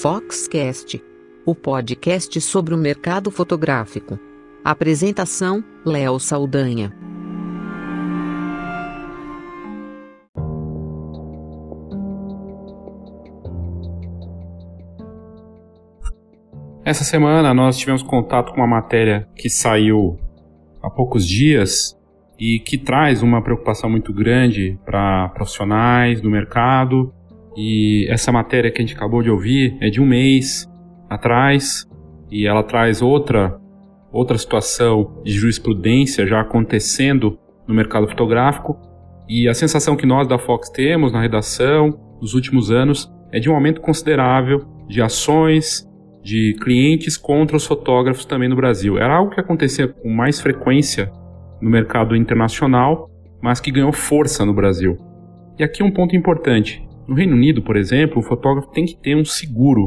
Foxcast, o podcast sobre o mercado fotográfico. Apresentação: Léo Saldanha. Essa semana nós tivemos contato com uma matéria que saiu há poucos dias e que traz uma preocupação muito grande para profissionais do mercado. E essa matéria que a gente acabou de ouvir é de um mês atrás e ela traz outra situação de jurisprudência já acontecendo no mercado fotográfico. E a sensação que nós da Fox temos na redação nos últimos anos é de um aumento considerável de ações de clientes contra os fotógrafos também no Brasil. Era algo que acontecia com mais frequência no mercado internacional, mas que ganhou força no Brasil. E aqui um ponto importante. No Reino Unido, por exemplo, o fotógrafo tem que ter um seguro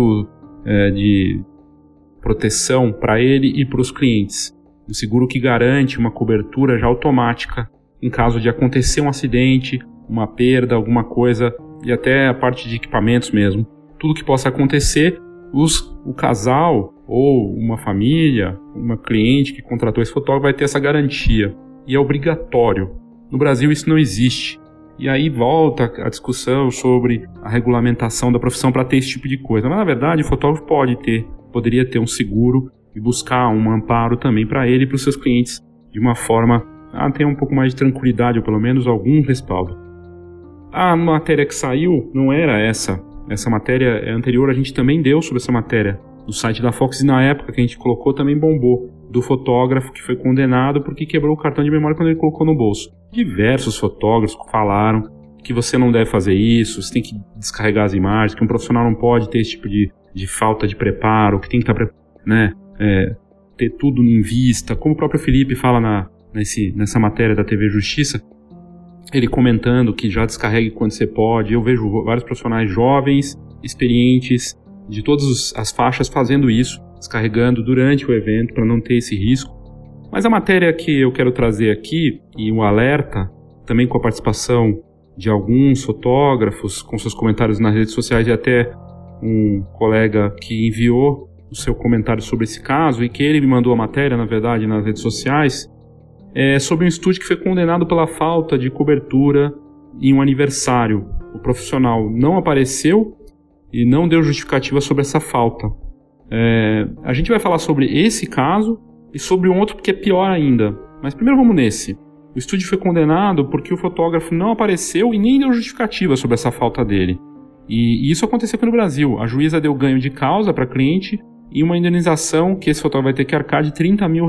de proteção para ele e para os clientes. Um seguro que garante uma cobertura já automática em caso de acontecer um acidente, uma perda, alguma coisa, e até a parte de equipamentos mesmo. Tudo que possa acontecer, o casal ou uma família, uma cliente que contratou esse fotógrafo vai ter essa garantia. E é obrigatório. No Brasil isso não existe. E aí volta a discussão sobre a regulamentação da profissão para ter esse tipo de coisa. Mas na verdade o fotógrafo poderia ter um seguro e buscar um amparo também para ele e para os seus clientes de uma forma a ter um pouco mais de tranquilidade ou pelo menos algum respaldo. A matéria que saiu não era essa. Essa matéria anterior a gente também deu sobre essa matéria no site da Fox e na época que a gente colocou também bombou, do fotógrafo que foi condenado porque quebrou o cartão de memória quando ele colocou no bolso. Diversos fotógrafos falaram que você não deve fazer isso, você tem que descarregar as imagens, que um profissional não pode ter esse tipo de falta de preparo, que tem que estar ter tudo em vista. Como o próprio Felipe fala nessa matéria da TV Justiça, ele comentando que já descarregue quando você pode. Eu vejo vários profissionais jovens, experientes, de todas as faixas fazendo isso, descarregando durante o evento para não ter esse risco. Mas a matéria que eu quero trazer aqui, e um alerta, também com a participação de alguns fotógrafos, com seus comentários nas redes sociais e até um colega que enviou o seu comentário sobre esse caso, e que ele me mandou a matéria, na verdade, nas redes sociais, sobre um estúdio que foi condenado pela falta de cobertura em um aniversário. O profissional não apareceu e não deu justificativa sobre essa falta. A gente vai falar sobre esse caso e sobre um outro que é pior ainda. Mas primeiro vamos nesse. O estúdio foi condenado porque o fotógrafo não apareceu e nem deu justificativa sobre essa falta dele. E isso aconteceu aqui no Brasil. A juíza deu ganho de causa para cliente e uma indenização que esse fotógrafo vai ter que arcar de R$30 mil.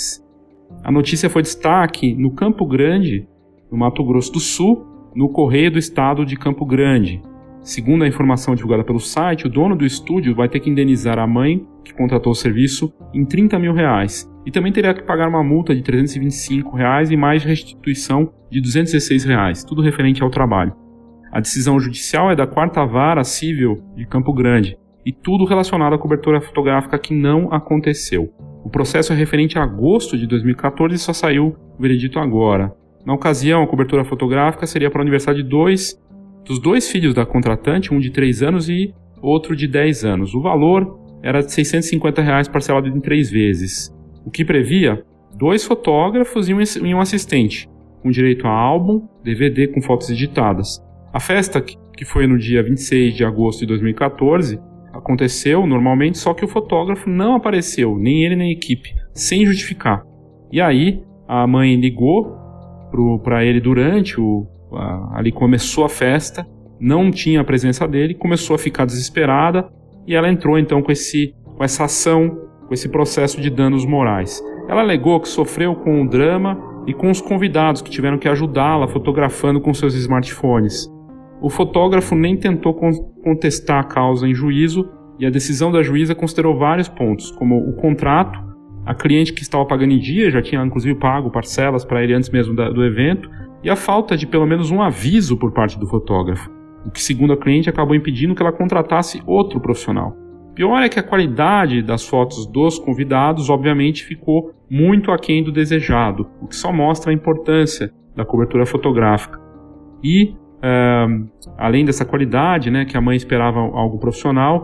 A notícia foi destaque no Campo Grande, no Mato Grosso do Sul, no Correio do Estado de Campo Grande. Segundo a informação divulgada pelo site, o dono do estúdio vai ter que indenizar a mãe que contratou o serviço em R$30 mil e também teria que pagar uma multa de R$325 e mais restituição de R$216, tudo referente ao trabalho. A decisão judicial é da 4ª Vara Civil de Campo Grande e tudo relacionado à cobertura fotográfica que não aconteceu. O processo é referente a agosto de 2014 e só saiu o veredito agora. Na ocasião, a cobertura fotográfica seria para o aniversário dos dois filhos da contratante, um de 3 anos e outro de 10 anos. O valor era de R$650 parcelado em 3 vezes, o que previa 2 fotógrafos e um assistente, com direito a álbum, DVD com fotos editadas. A festa, que foi no dia 26 de agosto de 2014, aconteceu normalmente, só que o fotógrafo não apareceu, nem ele nem a equipe, sem justificar. E aí a mãe ligou para ele durante ali começou a festa, não tinha a presença dele, começou a ficar desesperada e ela entrou então com essa ação, com esse processo de danos morais. Ela alegou que sofreu com o drama e com os convidados que tiveram que ajudá-la fotografando com seus smartphones. O fotógrafo nem tentou contestar a causa em juízo e a decisão da juíza considerou vários pontos, como o contrato, a cliente que estava pagando em dia, já tinha inclusive pago parcelas para ele antes mesmo do evento, e a falta de pelo menos um aviso por parte do fotógrafo, o que, segundo a cliente, acabou impedindo que ela contratasse outro profissional. Pior é que a qualidade das fotos dos convidados, obviamente, ficou muito aquém do desejado, o que só mostra a importância da cobertura fotográfica. E além dessa qualidade, né, que a mãe esperava algo profissional,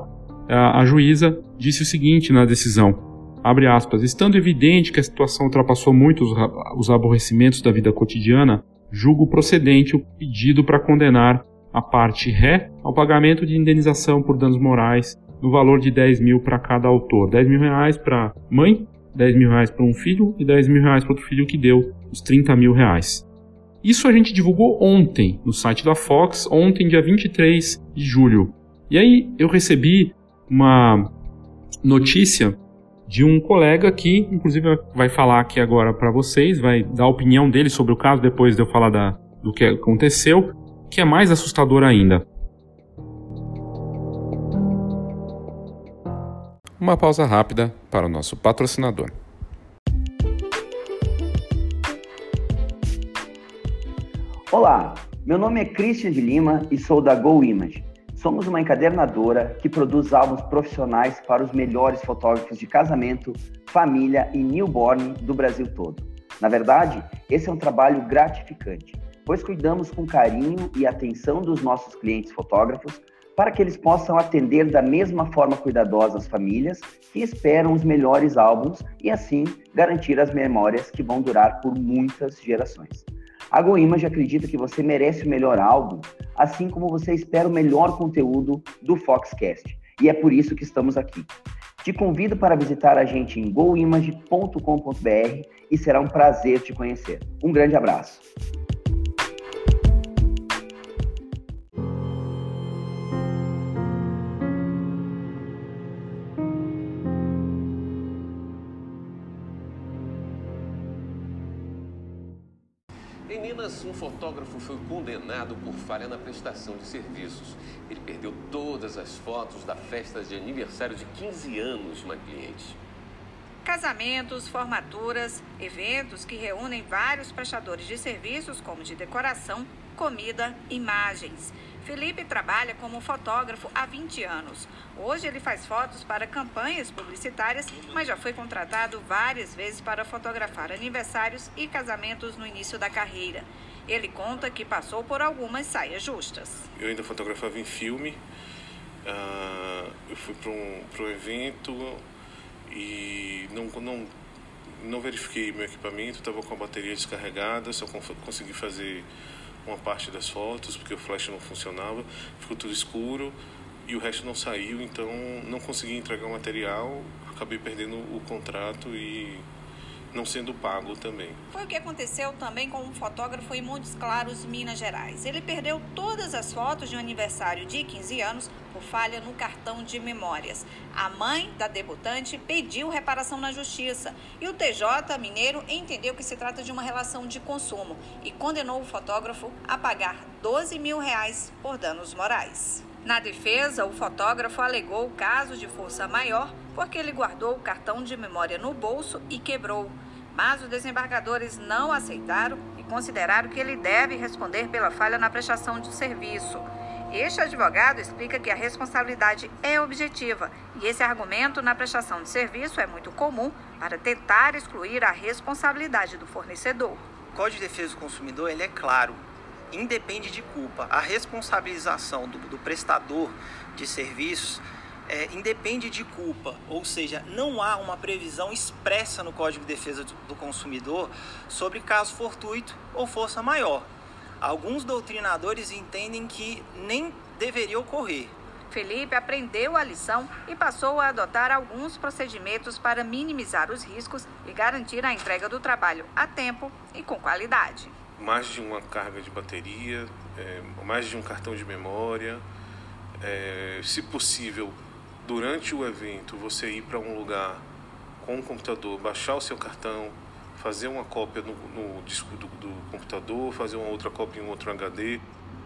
a juíza disse o seguinte na decisão, abre aspas, estando evidente que a situação ultrapassou muito os aborrecimentos da vida cotidiana, julgo procedente o pedido para condenar a parte ré ao pagamento de indenização por danos morais no valor de 10 mil para cada autor. 10 mil reais para mãe, 10 mil reais para um filho e 10 mil reais para outro filho, que deu os 30 mil reais. Isso a gente divulgou ontem no site da Fox, ontem, dia 23 de julho. E aí eu recebi uma notícia de um colega que, inclusive, vai falar aqui agora para vocês, vai dar a opinião dele sobre o caso, depois de eu falar do que aconteceu, que é mais assustador ainda. Uma pausa rápida para o nosso patrocinador. Olá, meu nome é Christian de Lima e sou da Go Image. Somos uma encadernadora que produz álbuns profissionais para os melhores fotógrafos de casamento, família e newborn do Brasil todo. Na verdade, esse é um trabalho gratificante, pois cuidamos com carinho e atenção dos nossos clientes fotógrafos para que eles possam atender da mesma forma cuidadosa as famílias que esperam os melhores álbuns e assim garantir as memórias que vão durar por muitas gerações. A Go Image acredita que você merece o melhor álbum, assim como você espera o melhor conteúdo do Foxcast. E é por isso que estamos aqui. Te convido para visitar a gente em goimage.com.br e será um prazer te conhecer. Um grande abraço. Em Minas, um fotógrafo foi condenado por falha na prestação de serviços. Ele perdeu todas as fotos da festa de aniversário de 15 anos de uma cliente. Casamentos, formaturas, eventos que reúnem vários prestadores de serviços, como de decoração, comida, imagens. Felipe trabalha como fotógrafo há 20 anos. Hoje ele faz fotos para campanhas publicitárias, mas já foi contratado várias vezes para fotografar aniversários e casamentos no início da carreira. Ele conta que passou por algumas saias justas. Eu ainda fotografava em filme. Eu fui para um evento e não verifiquei meu equipamento, estava com a bateria descarregada, só consegui fazer uma parte das fotos, porque o flash não funcionava, ficou tudo escuro e o resto não saiu, então não consegui entregar o material, acabei perdendo o contrato e não sendo pago também. Foi o que aconteceu também com um fotógrafo em Montes Claros, Minas Gerais. Ele perdeu todas as fotos de um aniversário de 15 anos por falha no cartão de memórias. A mãe da debutante pediu reparação na justiça e o TJ mineiro entendeu que se trata de uma relação de consumo e condenou o fotógrafo a pagar 12 mil reais por danos morais. Na defesa, o fotógrafo alegou o caso de força maior porque ele guardou o cartão de memória no bolso e quebrou. Mas os desembargadores não aceitaram e consideraram que ele deve responder pela falha na prestação de serviço. Este advogado explica que a responsabilidade é objetiva e esse argumento na prestação de serviço é muito comum para tentar excluir a responsabilidade do fornecedor. O Código de Defesa do Consumidor ele é claro, independe de culpa. A responsabilização do prestador de serviços independe de culpa, ou seja, não há uma previsão expressa no Código de Defesa do Consumidor sobre caso fortuito ou força maior. Alguns doutrinadores entendem que nem deveria ocorrer. Felipe aprendeu a lição e passou a adotar alguns procedimentos para minimizar os riscos e garantir a entrega do trabalho a tempo e com qualidade. Mais de uma carga de bateria, mais de um cartão de memória, se possível, durante o evento, você ir para um lugar com um computador, baixar o seu cartão, fazer uma cópia no disco do computador, fazer uma outra cópia em um outro HD.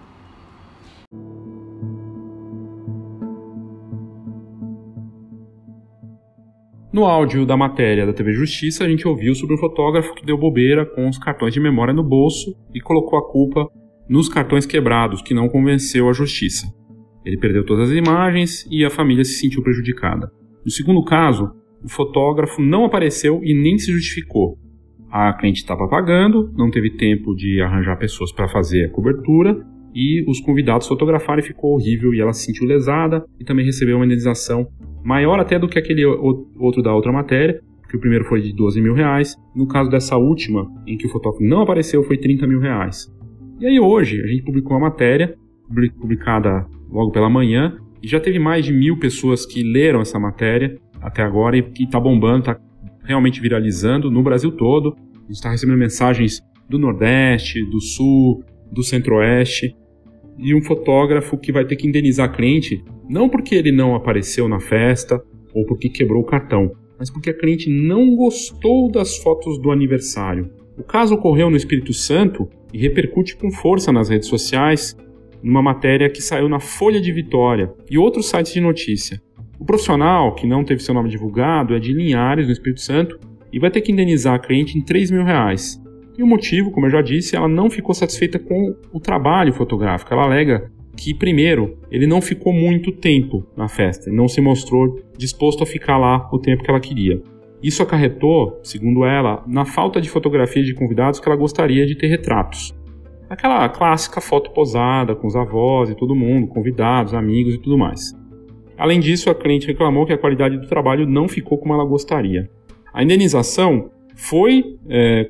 No áudio da matéria da TV Justiça, a gente ouviu sobre o fotógrafo que deu bobeira com os cartões de memória no bolso e colocou a culpa nos cartões quebrados, que não convenceu a justiça. Ele perdeu todas as imagens e a família se sentiu prejudicada. No segundo caso, o fotógrafo não apareceu e nem se justificou. A cliente estava pagando, não teve tempo de arranjar pessoas para fazer a cobertura e os convidados fotografaram e ficou horrível, e ela se sentiu lesada e também recebeu uma indenização maior até do que aquele outro da outra matéria, que o primeiro foi de R$12.000, no caso dessa última, em que o fotógrafo não apareceu, foi R$30.000. E aí hoje a gente publicou uma matéria, publicada logo pela manhã, e já teve mais de 1.000 pessoas que leram essa matéria até agora, e que está bombando, está realmente viralizando no Brasil todo. A gente está recebendo mensagens do Nordeste, do Sul, do Centro-Oeste, e um fotógrafo que vai ter que indenizar a cliente, não porque ele não apareceu na festa, ou porque quebrou o cartão, mas porque a cliente não gostou das fotos do aniversário. O caso ocorreu no Espírito Santo e repercute com força nas redes sociais, numa matéria que saiu na Folha de Vitória e outros sites de notícia. O profissional, que não teve seu nome divulgado, é de Linhares, no Espírito Santo, e vai ter que indenizar a cliente em R$3.000. E o motivo, como eu já disse, ela não ficou satisfeita com o trabalho fotográfico. Ela alega que, primeiro, ele não ficou muito tempo na festa, não se mostrou disposto a ficar lá o tempo que ela queria. Isso acarretou, segundo ela, na falta de fotografias de convidados que ela gostaria de ter retratos. Aquela clássica foto posada com os avós e todo mundo, convidados, amigos e tudo mais. Além disso, a cliente reclamou que a qualidade do trabalho não ficou como ela gostaria. A indenização foi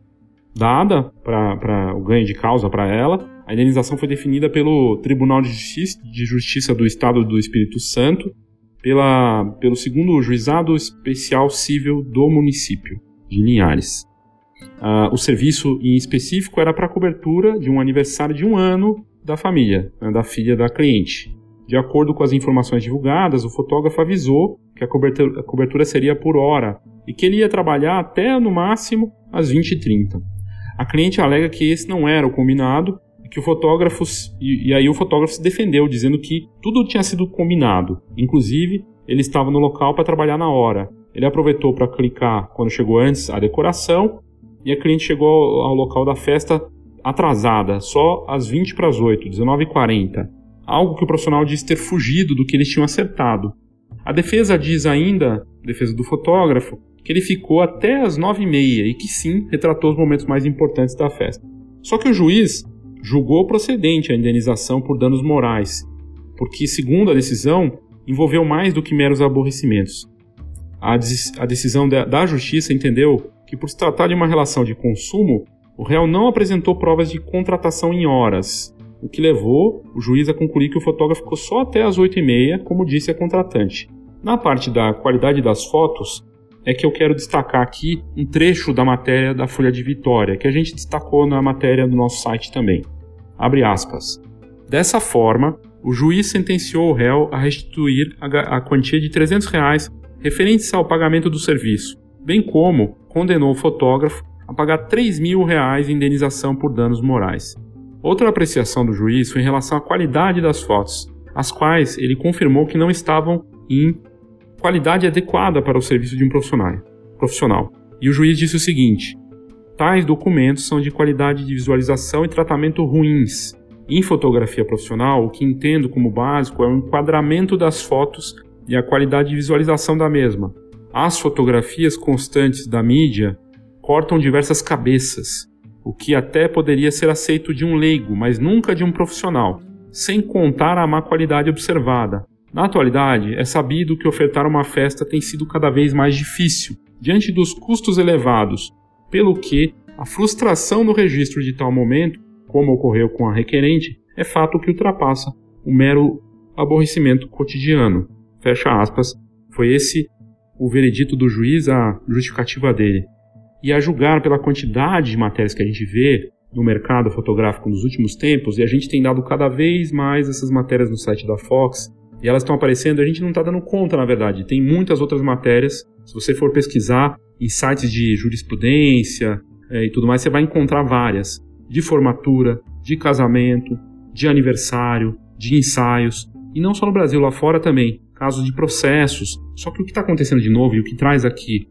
dada para o ganho de causa para ela. A indenização foi definida pelo Tribunal de Justiça do Estado do Espírito Santo, pelo 2º Juizado Especial Cível do município de Linhares. O serviço em específico era para a cobertura de um aniversário de 1 ano da família, da filha da cliente. De acordo com as informações divulgadas, o fotógrafo avisou que a cobertura seria por hora e que ele ia trabalhar até, no máximo, às 20h30. A cliente alega que esse não era o combinado e que aí o fotógrafo se defendeu, dizendo que tudo tinha sido combinado. Inclusive, ele estava no local para trabalhar na hora. Ele aproveitou para clicar, quando chegou antes, a decoração, e a cliente chegou ao local da festa atrasada, só às 7:20, 19h40. Algo que o profissional diz ter fugido do que eles tinham acertado. A defesa diz ainda, defesa do fotógrafo, que ele ficou até às 9h30 e que sim, retratou os momentos mais importantes da festa. Só que o juiz julgou procedente a indenização por danos morais, porque, segundo a decisão, envolveu mais do que meros aborrecimentos. A decisão da justiça entendeu que, por se tratar de uma relação de consumo, o réu não apresentou provas de contratação em horas, o que levou o juiz a concluir que o fotógrafo ficou só até às 8h30, como disse a contratante. Na parte da qualidade das fotos, é que eu quero destacar aqui um trecho da matéria da Folha de Vitória, que a gente destacou na matéria do nosso site também. Abre aspas. Dessa forma, o juiz sentenciou o réu a restituir a quantia de R$300 referentes ao pagamento do serviço, bem como condenou o fotógrafo a pagar R$3.000 em indenização por danos morais. Outra apreciação do juiz foi em relação à qualidade das fotos, as quais ele confirmou que não estavam em qualidade adequada para o serviço de um profissional. E o juiz disse o seguinte: tais documentos são de qualidade de visualização e tratamento ruins. Em fotografia profissional, o que entendo como básico é o enquadramento das fotos e a qualidade de visualização da mesma. As fotografias constantes da mídia cortam diversas cabeças, o que até poderia ser aceito de um leigo, mas nunca de um profissional, sem contar a má qualidade observada. Na atualidade, é sabido que ofertar uma festa tem sido cada vez mais difícil, diante dos custos elevados, pelo que a frustração no registro de tal momento, como ocorreu com a requerente, é fato que ultrapassa o mero aborrecimento cotidiano. Fecha aspas. Foi esse o veredito do juiz, a justificativa dele. E a julgar pela quantidade de matérias que a gente vê no mercado fotográfico nos últimos tempos, e a gente tem dado cada vez mais essas matérias no site da Fox, e elas estão aparecendo, a gente não está dando conta, na verdade. Tem muitas outras matérias. Se você for pesquisar em sites de jurisprudência e tudo mais, você vai encontrar várias. De formatura, de casamento, de aniversário, de ensaios. E não só no Brasil, lá fora também. Casos de processos. Só que o que está acontecendo de novo e o que traz aqui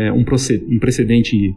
um precedente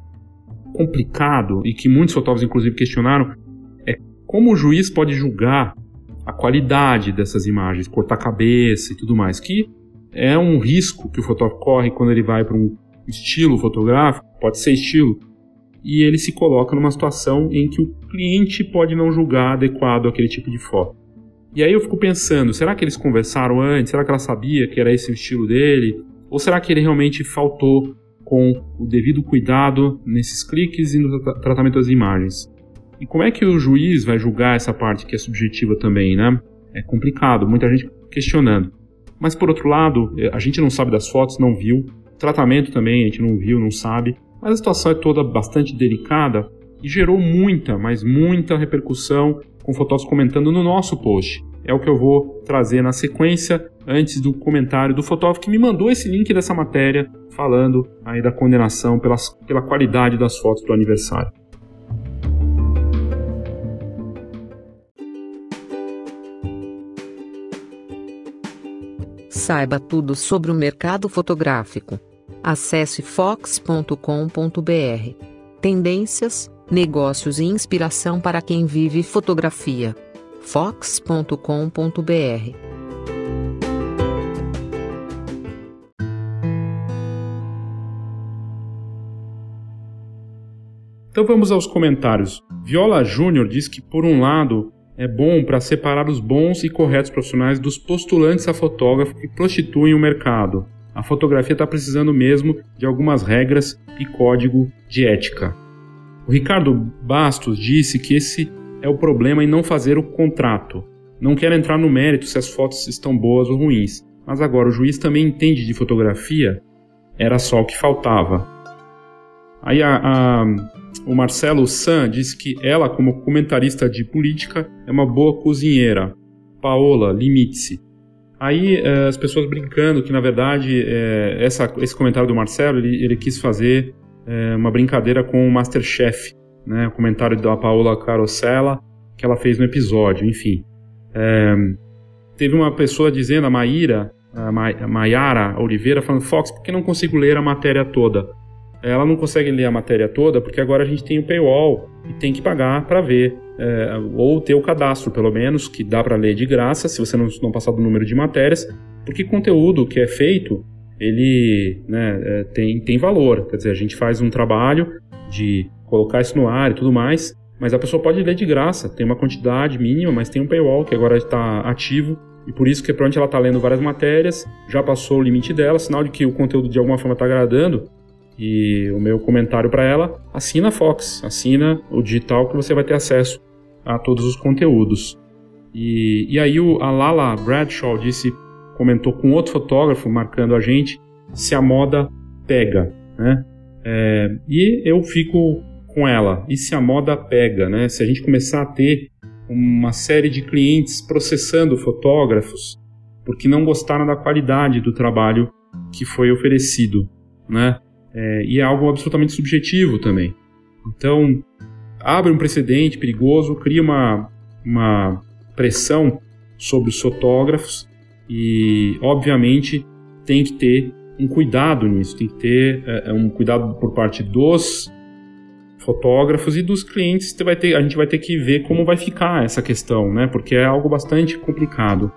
complicado e que muitos fotógrafos, inclusive, questionaram, é como o juiz pode julgar a qualidade dessas imagens, cortar a cabeça e tudo mais, que é um risco que o fotógrafo corre quando ele vai para um estilo fotográfico, pode ser estilo, e ele se coloca numa situação em que o cliente pode não julgar adequado aquele tipo de foto. E aí eu fico pensando, será que eles conversaram antes? Será que ela sabia que era esse o estilo dele? Ou será que ele realmente faltou com o devido cuidado nesses cliques e no tratamento das imagens? E como é que o juiz vai julgar essa parte que é subjetiva também, né? É complicado, muita gente questionando. Mas por outro lado, a gente não sabe das fotos, não viu. O tratamento também a gente não viu, não sabe. Mas a situação é toda bastante delicada e gerou muita, mas muita repercussão com fotógrafos comentando no nosso post. É o que eu vou trazer na sequência, antes do comentário do fotógrafo que me mandou esse link dessa matéria falando aí da condenação pela qualidade das fotos do aniversário. Saiba tudo sobre o mercado fotográfico. Acesse fox.com.br. Tendências, negócios e inspiração para quem vive fotografia. fox.com.br. Então vamos aos comentários. Viola Júnior diz que, por um lado, é bom para separar os bons e corretos profissionais dos postulantes a fotógrafo que prostituem o mercado. A fotografia está precisando mesmo de algumas regras e código de ética. O Ricardo Bastos disse que esse é o problema em não fazer o contrato. Não quero entrar no mérito se as fotos estão boas ou ruins, mas agora o juiz também entende de fotografia, era só o que faltava. Aí o Marcelo San disse que ela, como comentarista de política, é uma boa cozinheira. Paola, limite-se. Aí as pessoas brincando que, na verdade, esse comentário do Marcelo, ele quis fazer uma brincadeira com o Masterchef, né? O comentário da Paola Carosella, que ela fez no episódio, enfim. Teve uma pessoa dizendo, a Maiara Oliveira, falando, Fox, por que não consigo ler a matéria toda? Ela não consegue ler a matéria toda porque agora a gente tem o paywall e tem que pagar para ver, ou ter o cadastro, pelo menos, que dá para ler de graça, se você não passar do número de matérias, porque conteúdo que é feito, ele, né, tem valor. Quer dizer, a gente faz um trabalho de colocar isso no ar e tudo mais, mas a pessoa pode ler de graça, tem uma quantidade mínima, mas tem um paywall que agora está ativo, e por isso que provavelmente ela está lendo várias matérias, já passou o limite dela, sinal de que o conteúdo de alguma forma está agradando. E o meu comentário para ela, assina a Fox, assina o digital que você vai ter acesso a todos os conteúdos. E aí a Lala Bradshaw comentou com outro fotógrafo, marcando a gente, se a moda pega, né? E eu fico com ela, e se a moda pega, né? Se a gente começar a ter uma série de clientes processando fotógrafos porque não gostaram da qualidade do trabalho que foi oferecido, né? E é algo absolutamente subjetivo também. Então, abre um precedente perigoso, cria uma pressão sobre os fotógrafos e, obviamente, tem que ter um cuidado nisso, tem que ter um cuidado por parte dos fotógrafos e dos clientes. A gente vai ter que ver como vai ficar essa questão, né? Porque é algo bastante complicado.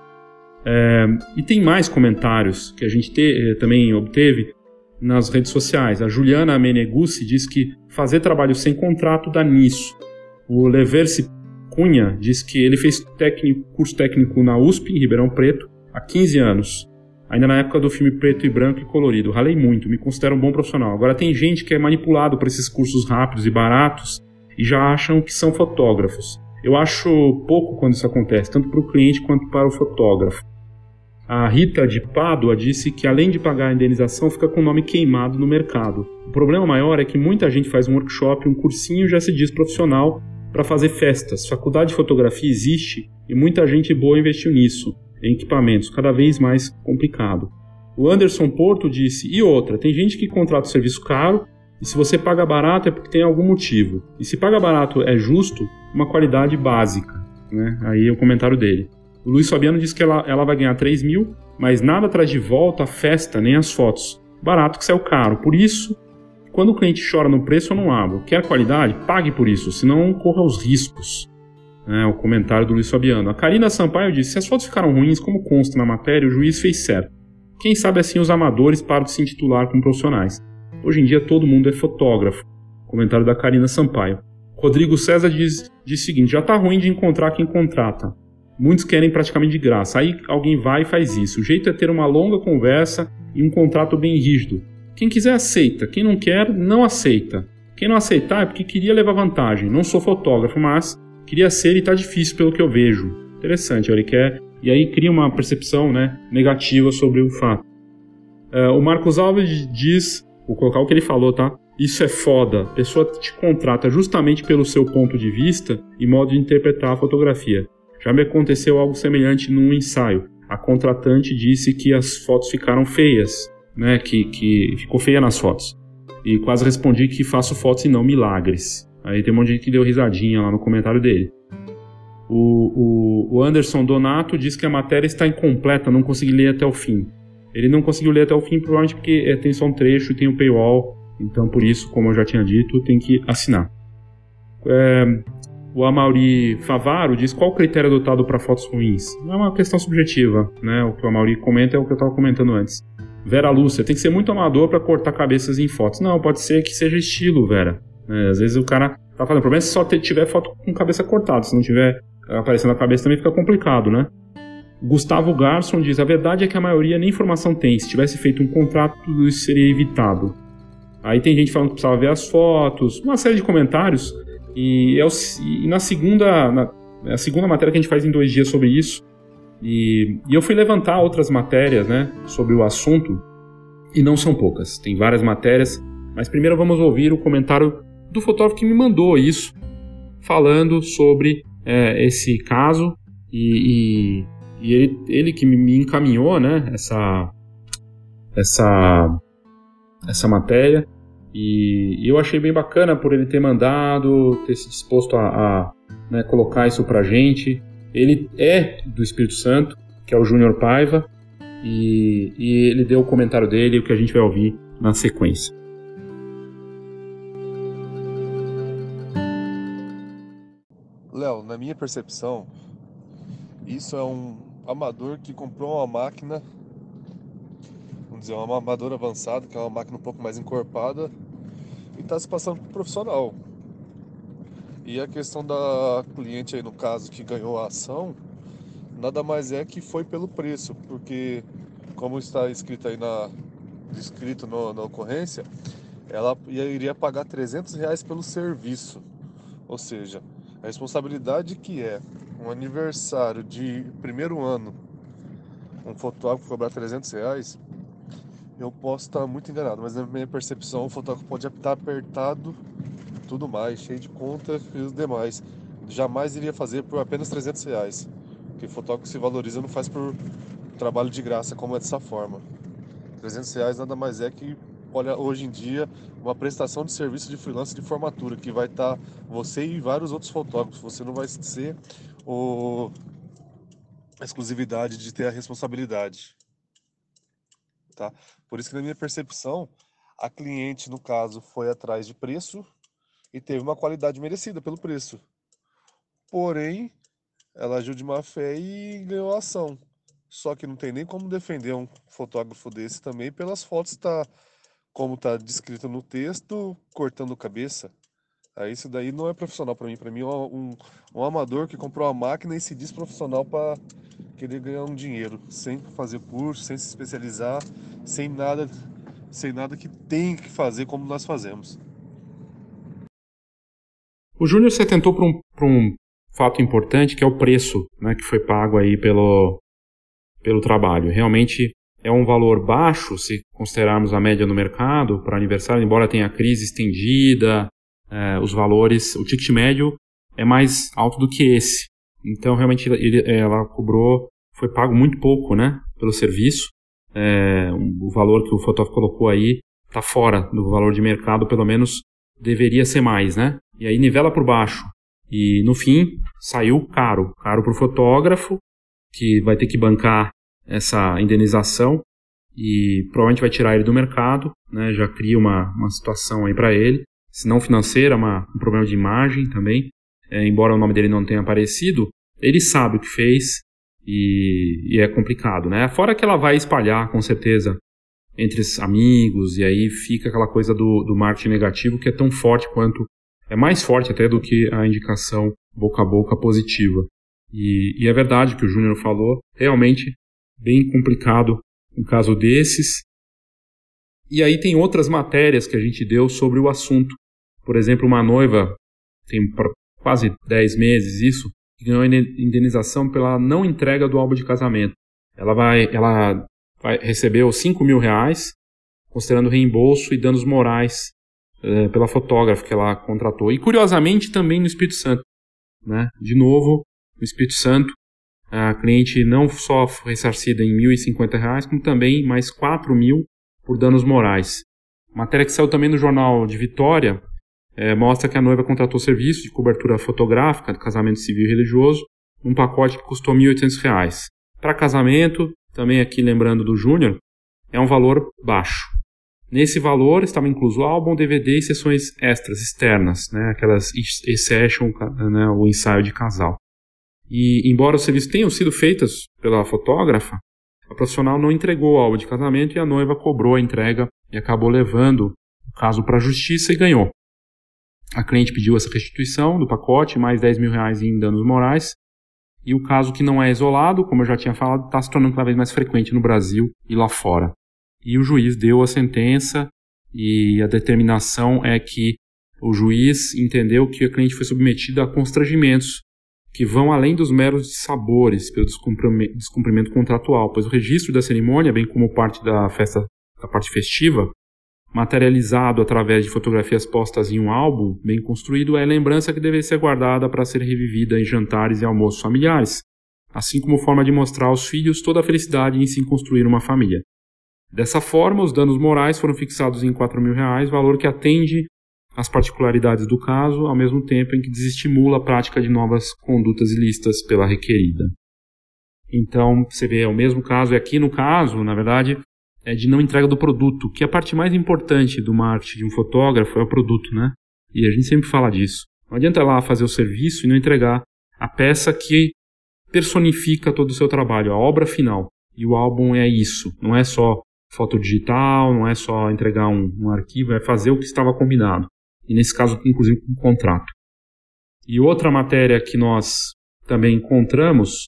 E tem mais comentários que a gente também obteve nas redes sociais. A Juliana Meneguzzi diz que fazer trabalho sem contrato dá nisso. O Leverse Cunha diz que ele fez curso técnico na USP, em Ribeirão Preto, há 15 anos. Ainda na época do filme preto e branco e colorido. Ralei muito, me considero um bom profissional. Agora tem gente que é manipulado por esses cursos rápidos e baratos e já acham que são fotógrafos. Eu acho pouco quando isso acontece, tanto para o cliente quanto para o fotógrafo. A Rita de Pádua disse que, além de pagar a indenização, fica com o nome queimado no mercado. O problema maior é que muita gente faz um workshop, um cursinho e já se diz profissional para fazer festas. Faculdade de fotografia existe e muita gente boa investiu nisso, em equipamentos, cada vez mais complicado. O Anderson Porto disse, e outra, tem gente que contrata o serviço caro e se você paga barato é porque tem algum motivo. E se paga barato é justo, uma qualidade básica, né? Aí é o comentário dele. O Luiz Fabiano disse que ela vai ganhar 3 mil, mas nada traz de volta a festa nem as fotos. Barato que saiu caro. Por isso, quando o cliente chora no preço, eu não abro. Quer qualidade? Pague por isso, senão corra os riscos. O comentário do Luiz Fabiano. A Karina Sampaio disse, se as fotos ficaram ruins, como consta na matéria, o juiz fez certo. Quem sabe assim os amadores param de se intitular como profissionais. Hoje em dia todo mundo é fotógrafo. Comentário da Karina Sampaio. Rodrigo César diz o seguinte: já tá ruim de encontrar quem contrata. Muitos querem praticamente de graça. Aí alguém vai e faz isso. O jeito é ter uma longa conversa e um contrato bem rígido. Quem quiser aceita. Quem não quer, não aceita. Quem não aceitar é porque queria levar vantagem. Não sou fotógrafo, mas queria ser e tá difícil pelo que eu vejo. Interessante, ele quer... E aí cria uma percepção, né, negativa sobre o fato. O Marcos Alves diz, vou colocar o que ele falou, tá? Isso é foda. A pessoa te contrata justamente pelo seu ponto de vista e modo de interpretar a fotografia. Já me aconteceu algo semelhante num ensaio. A contratante disse que as fotos ficaram feias, né? Que ficou feia nas fotos. E quase respondi que faço fotos e não milagres. Aí tem um monte de gente que deu risadinha lá no comentário dele. O Anderson Donato diz que a matéria está incompleta, não consegui ler até o fim. Ele não conseguiu ler até o fim provavelmente porque tem só um trecho e tem um paywall. Então por isso, como eu já tinha dito, tem que assinar. O Amaury Favaro diz: qual o critério adotado para fotos ruins? Não é uma questão subjetiva, né? O que o Amaury comenta é o que eu estava comentando antes. Vera Lúcia: tem que ser muito amador para cortar cabeças em fotos. Não, pode ser que seja estilo, Vera. Às vezes o cara tá fazendo. O problema é se só tiver foto com cabeça cortada. Se não tiver aparecendo a cabeça também fica complicado, né? Gustavo Garson diz: a verdade é que a maioria nem informação tem. Se tivesse feito um contrato, tudo isso seria evitado. Aí tem gente falando que precisava ver as fotos, uma série de comentários. A segunda matéria que a gente faz em 2 dias sobre isso. E eu fui levantar outras matérias, né, sobre o assunto, e não são poucas. Tem várias matérias, mas primeiro vamos ouvir o comentário do fotógrafo que me mandou isso, falando sobre esse caso, e ele que me encaminhou, né, essa matéria, e eu achei bem bacana por ele ter mandado, ter se disposto a né, colocar isso pra gente. Ele é do Espírito Santo, que é o Júnior Paiva, e ele deu o comentário dele, o que a gente vai ouvir na sequência. Léo, na minha percepção, isso é um amador que comprou uma máquina, vamos dizer, uma amador avançado, que é uma máquina um pouco mais encorpada, e está se passando por profissional. E a questão da cliente aí, no caso, que ganhou a ação, nada mais é que foi pelo preço, porque, como está escrito aí na ocorrência, ela iria pagar R$300 pelo serviço. Ou seja, a responsabilidade que é um aniversário de primeiro ano, um fotógrafo cobrar R$300, eu posso estar muito enganado, mas na minha percepção o fotógrafo pode estar apertado, tudo mais, cheio de conta e os demais. Jamais iria fazer por apenas R$300, porque o fotógrafo se valoriza não faz por trabalho de graça, como é dessa forma. R$300 nada mais é que, olha, hoje em dia, uma prestação de serviço de freelance de formatura, que vai estar você e vários outros fotógrafos. Você não vai ser a exclusividade de ter a responsabilidade, tá? Por isso que, na minha percepção, a cliente, no caso, foi atrás de preço e teve uma qualidade merecida pelo preço. Porém, ela agiu de má fé e ganhou a ação. Só que não tem nem como defender um fotógrafo desse também pelas fotos, como está descrito no texto, cortando cabeça. Aí isso daí não é profissional para mim. Para mim é um amador que comprou a máquina e se diz profissional para querer ganhar um dinheiro, sem fazer curso, sem se especializar, sem nada que tem que fazer como nós fazemos. O Júnior se atentou para um fato importante, que é o preço, né, que foi pago aí pelo trabalho. Realmente é um valor baixo, se considerarmos a média no mercado para aniversário, embora tenha a crise estendida, os valores, o ticket médio é mais alto do que esse. Então, realmente, ela cobrou, foi pago muito pouco, né, pelo serviço. O valor que o fotógrafo colocou aí está fora do valor de mercado, pelo menos deveria ser mais, né? E aí nivela por baixo. E no fim, saiu caro para o fotógrafo, que vai ter que bancar essa indenização e provavelmente vai tirar ele do mercado, né? Já cria uma situação aí para ele, se não financeira, um problema de imagem também. Embora o nome dele não tenha aparecido, ele sabe o que fez e é complicado, né? Fora que ela vai espalhar, com certeza, entre os amigos, e aí fica aquela coisa do marketing negativo que é tão forte quanto, é mais forte até do que a indicação boca a boca positiva. E é verdade que o Júnior falou, realmente bem complicado um caso desses. E aí tem outras matérias que a gente deu sobre o assunto. Por exemplo, uma noiva, tem quase 10 meses isso, que ganhou indenização pela não entrega do álbum de casamento. Ela recebeu R$5.000, considerando reembolso e danos morais pela fotógrafa que ela contratou. E curiosamente também no Espírito Santo, né? De novo, no Espírito Santo, a cliente não só foi ressarcida em R$1.050, como também mais R$4.000 por danos morais. Matéria que saiu também no Jornal de Vitória mostra que a noiva contratou serviço de cobertura fotográfica de casamento civil e religioso, um pacote que custou R$1.800. Para casamento, também aqui lembrando do Júnior, é um valor baixo. Nesse valor estava incluso álbum, DVD e sessões extras, externas, né, aquelas e-session, né, o ensaio de casal. E embora os serviços tenham sido feitos pela fotógrafa, a profissional não entregou o álbum de casamento e a noiva cobrou a entrega e acabou levando o caso para a justiça e ganhou. A cliente pediu essa restituição do pacote, mais R$10.000 em danos morais, e o caso, que não é isolado, como eu já tinha falado, está se tornando cada vez mais frequente no Brasil e lá fora. E o juiz deu a sentença, e a determinação é que o juiz entendeu que a cliente foi submetida a constrangimentos que vão além dos meros dissabores pelo descumprimento contratual, pois o registro da cerimônia, bem como parte da festa, da parte festiva, materializado através de fotografias postas em um álbum bem construído, é lembrança que deve ser guardada para ser revivida em jantares e almoços familiares, assim como forma de mostrar aos filhos toda a felicidade em se construir uma família. Dessa forma, os danos morais foram fixados em R$4.000, valor que atende às particularidades do caso, ao mesmo tempo em que desestimula a prática de novas condutas ilícitas pela requerida. Então, você vê, é o mesmo caso, e aqui no caso, na verdade, é de não entrega do produto, que a parte mais importante do marketing de um fotógrafo é o produto, né? E a gente sempre fala disso. Não adianta lá fazer o serviço e não entregar a peça que personifica todo o seu trabalho, a obra final. E o álbum é isso, não é só foto digital, não é só entregar um arquivo, é fazer o que estava combinado. E nesse caso, inclusive, um contrato. E outra matéria que nós também encontramos,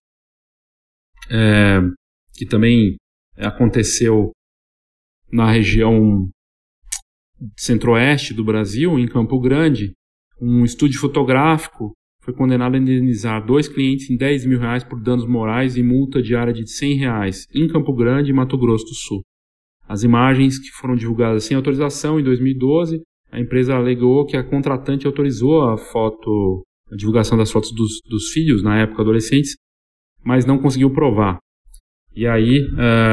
que também aconteceu na região centro-oeste do Brasil, em Campo Grande, um estúdio fotográfico foi condenado a indenizar 2 clientes em R$10.000 por danos morais e multa diária de R$100 em Campo Grande, Mato Grosso do Sul. As imagens que foram divulgadas sem autorização em 2012, a empresa alegou que a contratante autorizou a divulgação das fotos dos filhos, na época adolescentes, mas não conseguiu provar. E aí,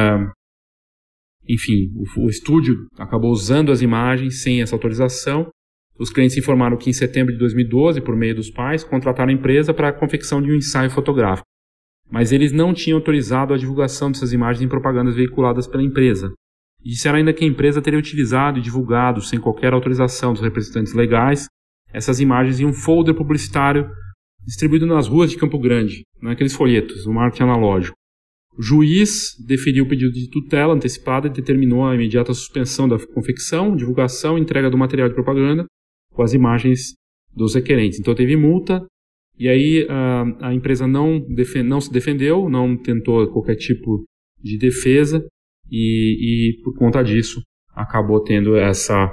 enfim, o estúdio acabou usando as imagens sem essa autorização. Os clientes informaram que em setembro de 2012, por meio dos pais, contrataram a empresa para a confecção de um ensaio fotográfico. Mas eles não tinham autorizado a divulgação dessas imagens em propagandas veiculadas pela empresa. E disseram ainda que a empresa teria utilizado e divulgado, sem qualquer autorização dos representantes legais, essas imagens em um folder publicitário distribuído nas ruas de Campo Grande, naqueles folhetos, no marketing analógico. O juiz deferiu o pedido de tutela antecipada e determinou a imediata suspensão da confecção, divulgação e entrega do material de propaganda com as imagens dos requerentes. Então teve multa, e aí a empresa não se defendeu, não tentou qualquer tipo de defesa, e por conta disso acabou tendo essa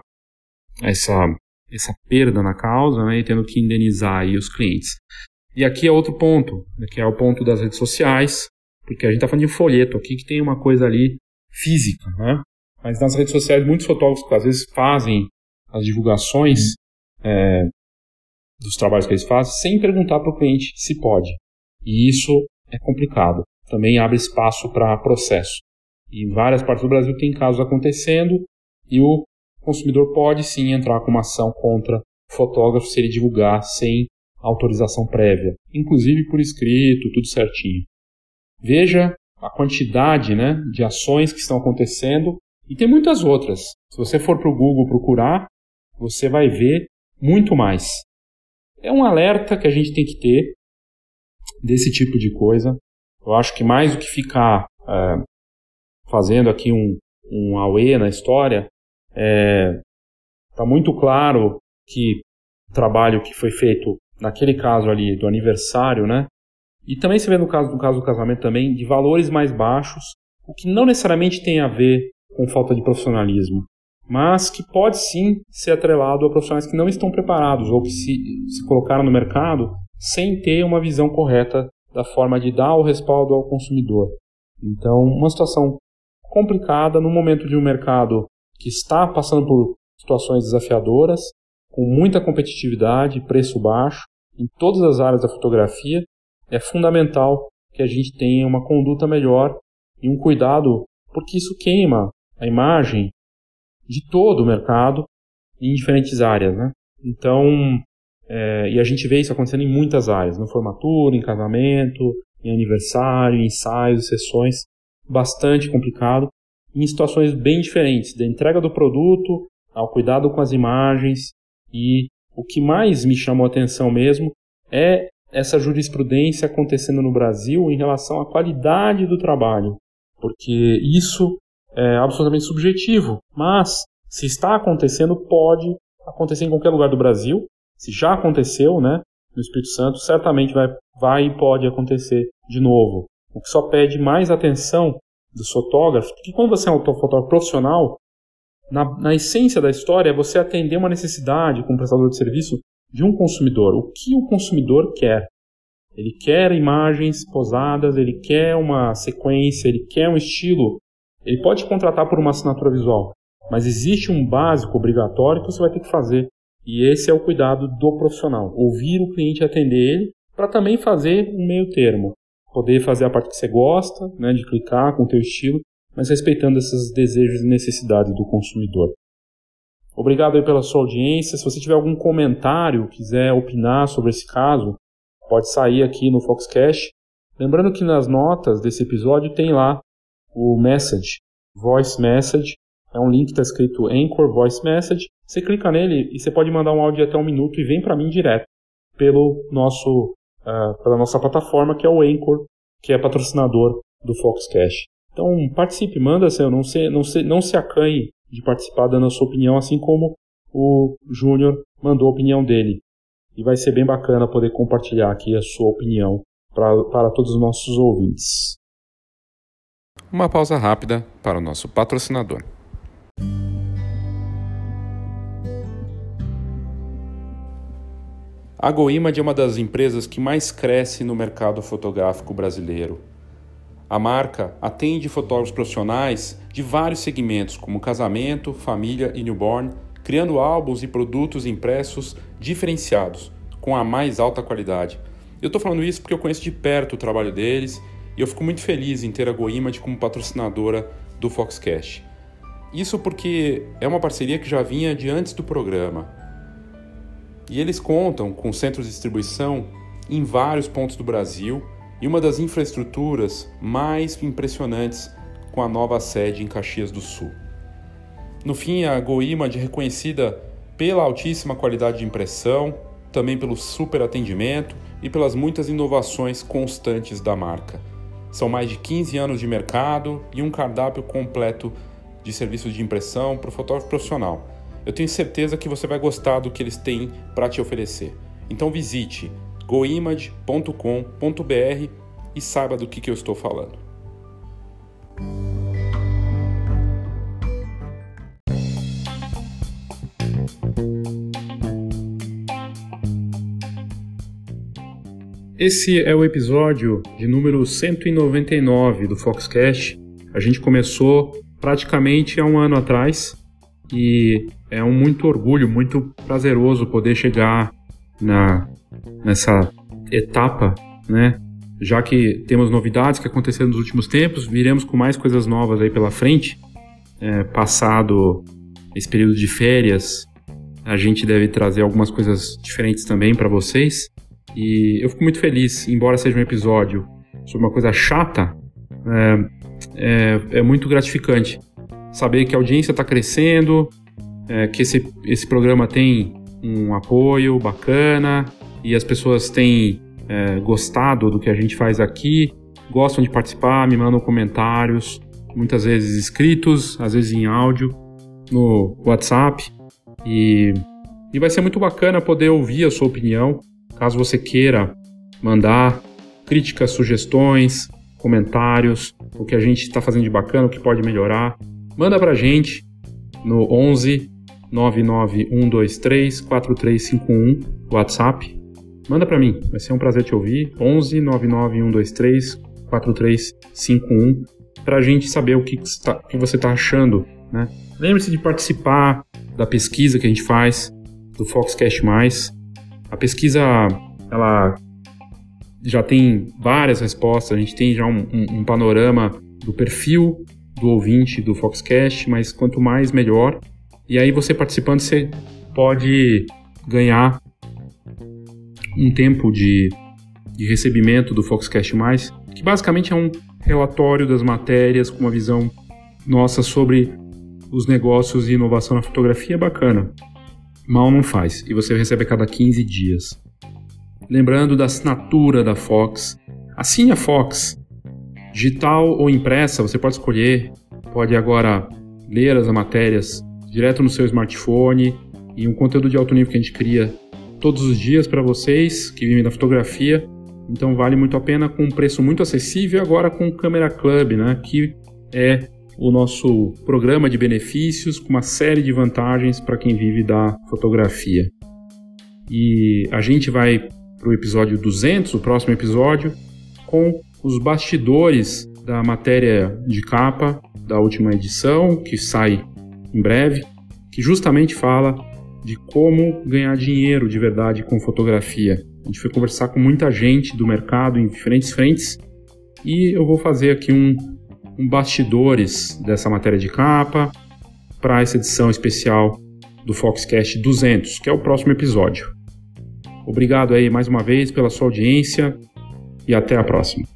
perda na causa, né, e tendo que indenizar aí os clientes. E aqui é outro ponto, que é o ponto das redes sociais, porque a gente está falando de um folheto aqui que tem uma coisa ali física, né? Mas nas redes sociais muitos fotógrafos às vezes fazem as divulgações dos trabalhos que eles fazem sem perguntar para o cliente se pode. E isso é complicado. Também abre espaço para processo. E em várias partes do Brasil tem casos acontecendo e o consumidor pode sim entrar com uma ação contra o fotógrafo se ele divulgar sem autorização prévia, inclusive por escrito, tudo certinho. Veja a quantidade, né, de ações que estão acontecendo, e tem muitas outras. Se você for para o Google procurar, você vai ver muito mais. É um alerta que a gente tem que ter desse tipo de coisa. Eu acho que mais do que ficar fazendo aqui um auê na história, está muito claro que o trabalho que foi feito naquele caso ali do aniversário, né? E também se vê no caso do casamento também, de valores mais baixos, o que não necessariamente tem a ver com falta de profissionalismo, mas que pode sim ser atrelado a profissionais que não estão preparados ou que se colocaram no mercado sem ter uma visão correta da forma de dar o respaldo ao consumidor. Então, uma situação complicada no momento de um mercado que está passando por situações desafiadoras, com muita competitividade, preço baixo, em todas as áreas da fotografia. É fundamental que a gente tenha uma conduta melhor e um cuidado, porque isso queima a imagem de todo o mercado em diferentes áreas, né? Então, e a gente vê isso acontecendo em muitas áreas, no formatura, em casamento, em aniversário, em ensaios, sessões, bastante complicado, em situações bem diferentes, da entrega do produto ao cuidado com as imagens. E o que mais me chamou a atenção mesmo é essa jurisprudência acontecendo no Brasil em relação à qualidade do trabalho, porque isso é absolutamente subjetivo, mas se está acontecendo, pode acontecer em qualquer lugar do Brasil. Se já aconteceu, né, no Espírito Santo, certamente vai e pode acontecer de novo. O que só pede mais atenção dos fotógrafos, porque quando você é um fotógrafo profissional, na essência da história é você atender uma necessidade como prestador de serviço de um consumidor. O que o consumidor quer? Ele quer imagens posadas, ele quer uma sequência, ele quer um estilo. Ele pode contratar por uma assinatura visual, mas existe um básico obrigatório que você vai ter que fazer. E esse é o cuidado do profissional. Ouvir o cliente e atender ele, para também fazer um meio termo. Poder fazer a parte que você gosta, né, de clicar com o teu estilo, mas respeitando esses desejos e necessidades do consumidor. Obrigado aí pela sua audiência. Se você tiver algum comentário, quiser opinar sobre esse caso, pode sair aqui no Foxcast. Lembrando que nas notas desse episódio tem lá o message, voice message. É um link que está escrito Anchor Voice Message. Você clica nele e você pode mandar um áudio de até 1 minuto e vem para mim direto pela nossa plataforma, que é o Anchor, que é patrocinador do Foxcast. Então participe, manda, não se acanhe de participar dando a sua opinião, assim como o Júnior mandou a opinião dele. E vai ser bem bacana poder compartilhar aqui a sua opinião para todos os nossos ouvintes. Uma pausa rápida para o nosso patrocinador. A GoImage é uma das empresas que mais cresce no mercado fotográfico brasileiro. A marca atende fotógrafos profissionais de vários segmentos, como casamento, família e newborn, criando álbuns e produtos impressos diferenciados, com a mais alta qualidade. Eu estou falando isso porque eu conheço de perto o trabalho deles e eu fico muito feliz em ter a GoImage como patrocinadora do Foxcast. Isso porque é uma parceria que já vinha de antes do programa. E eles contam com centros de distribuição em vários pontos do Brasil e uma das infraestruturas mais impressionantes com a nova sede em Caxias do Sul. No fim, a GoImage é reconhecida pela altíssima qualidade de impressão, também pelo super atendimento e pelas muitas inovações constantes da marca. São mais de 15 anos de mercado e um cardápio completo de serviços de impressão para o fotógrafo profissional. Eu tenho certeza que você vai gostar do que eles têm para te oferecer. Então visite goimage.com.br e saiba do que eu estou falando. Esse é o episódio de número 199 do Foxcast. A gente começou praticamente há um ano atrás e é um muito orgulho, muito prazeroso poder chegar nessa etapa, né? Já que temos novidades que aconteceram nos últimos tempos, viremos com mais coisas novas aí pela frente. Passado esse período de férias, a gente deve trazer algumas coisas diferentes também para vocês. E eu fico muito feliz, embora seja um episódio sobre uma coisa chata, é muito gratificante saber que a audiência está crescendo, que esse programa tem um apoio bacana e as pessoas têm gostado do que a gente faz aqui, gostam de participar, me mandam comentários. muitas vezes escritos, às vezes em áudio, no WhatsApp. E vai ser muito bacana poder ouvir a sua opinião, caso você queira mandar críticas, sugestões, comentários, o que a gente está fazendo de bacana, o que pode melhorar. Manda pra gente no 11 99123 4351 WhatsApp. Manda pra mim, vai ser um prazer te ouvir. 11 99123 4351 pra gente saber o que você tá achando, né? Lembre-se de participar da pesquisa que a gente faz do Foxcast+. A pesquisa, ela já tem várias respostas, a gente tem já um panorama do perfil do ouvinte do Foxcast, mas quanto mais, melhor. E aí você participando, você pode ganhar um tempo de recebimento do Foxcast+, que basicamente é um relatório das matérias com uma visão nossa sobre os negócios e inovação na fotografia. Bacana. Mal não faz. E você recebe a cada 15 dias. Lembrando da assinatura da Fox. Assine a Fox. Digital ou impressa, você pode escolher. Pode agora ler as matérias direto no seu smartphone. E um conteúdo de alto nível que a gente cria todos os dias para vocês que vivem da fotografia. Então vale muito a pena, com um preço muito acessível. Agora com o Camera Club, né, que é o nosso programa de benefícios com uma série de vantagens para quem vive da fotografia. E a gente vai para o episódio 200, o próximo episódio, com os bastidores da matéria de capa da última edição, que sai em breve, que justamente fala de como ganhar dinheiro de verdade com fotografia. A gente foi conversar com muita gente do mercado em diferentes frentes e eu vou fazer aqui um bastidores dessa matéria de capa para essa edição especial do Foxcast 200, que é o próximo episódio. Obrigado aí mais uma vez pela sua audiência e até a próxima.